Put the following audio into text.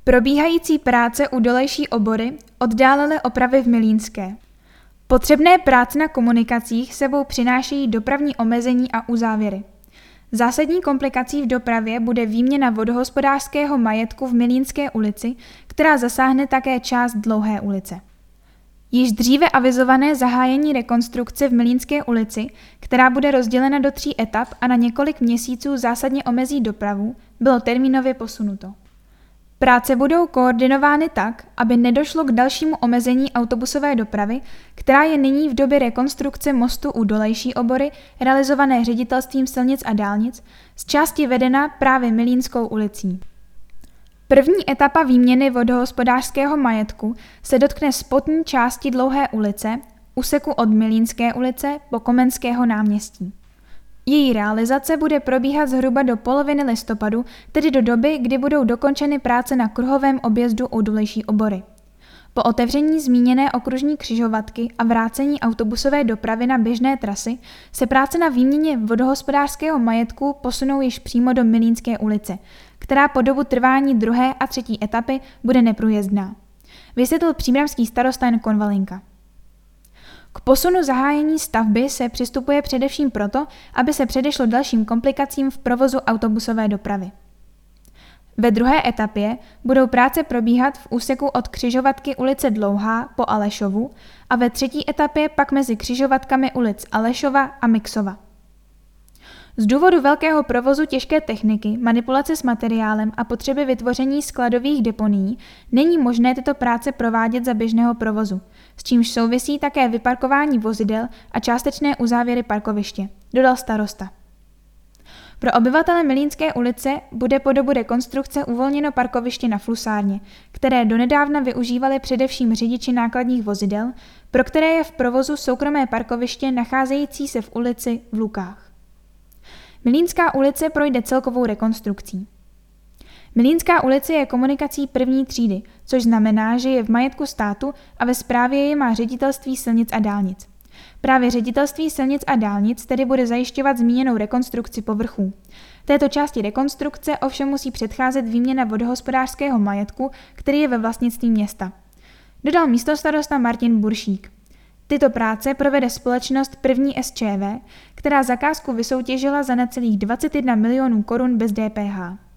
Probíhající práce u dolejší obory oddálily opravy v Milínské. Potřebné práce na komunikacích sebou přinášejí dopravní omezení a uzávěry. Zásadní komplikací v dopravě bude výměna vodohospodářského majetku v Milínské ulici, která zasáhne také část Dlouhé ulice. Již dříve avizované zahájení rekonstrukce v Milínské ulici, která bude rozdělena do 3 etap a na několik měsíců zásadně omezí dopravu, bylo termínově posunuto. Práce budou koordinovány tak, aby nedošlo k dalšímu omezení autobusové dopravy, která je nyní v době rekonstrukce mostu u dolejší obory, realizované Ředitelstvím silnic a dálnic, z části vedena právě Milínskou ulicí. První etapa výměny vodohospodářského majetku se dotkne spodní části Dlouhé ulice, úseku od Milínské ulice po Komenského náměstí. Její realizace bude probíhat zhruba do poloviny listopadu, tedy do doby, kdy budou dokončeny práce na kruhovém objezdu u dolejší obory. Po otevření zmíněné okružní křižovatky a vrácení autobusové dopravy na běžné trasy se práce na výměně vodohospodářského majetku posunou již přímo do Milínské ulice, která po dobu trvání 2. a 3. etapy bude neprůjezdná, vysvětlil příbramský starosta Jan Konvalinka. K posunu zahájení stavby se přistupuje především proto, aby se předešlo dalším komplikacím v provozu autobusové dopravy. Ve 2. etapě budou práce probíhat v úseku od křižovatky ulice Dlouhá po Alešovu a ve 3. etapě pak mezi křižovatkami ulic Alešova a Miksova. Z důvodu velkého provozu těžké techniky, manipulace s materiálem a potřeby vytvoření skladových deponií není možné tyto práce provádět za běžného provozu, s čímž souvisí také vyparkování vozidel a částečné uzávěry parkoviště, dodal starosta. Pro obyvatele Milínské ulice bude po dobu rekonstrukce uvolněno parkoviště na Flusárně, které donedávna využívali především řidiči nákladních vozidel, pro které je v provozu soukromé parkoviště nacházející se v ulici v Lukách. Milínská ulice projde celkovou rekonstrukcí. Milínská ulice je komunikací první třídy, což znamená, že je v majetku státu a ve správě je má Ředitelství silnic a dálnic. Právě Ředitelství silnic a dálnic tedy bude zajišťovat zmíněnou rekonstrukci povrchů. Této části rekonstrukce ovšem musí předcházet výměna vodohospodářského majetku, který je ve vlastnictví města, dodal místostarosta Martin Buršík. Tyto práce provede společnost První SČV, která zakázku vysoutěžila za necelých 21 milionů korun bez DPH.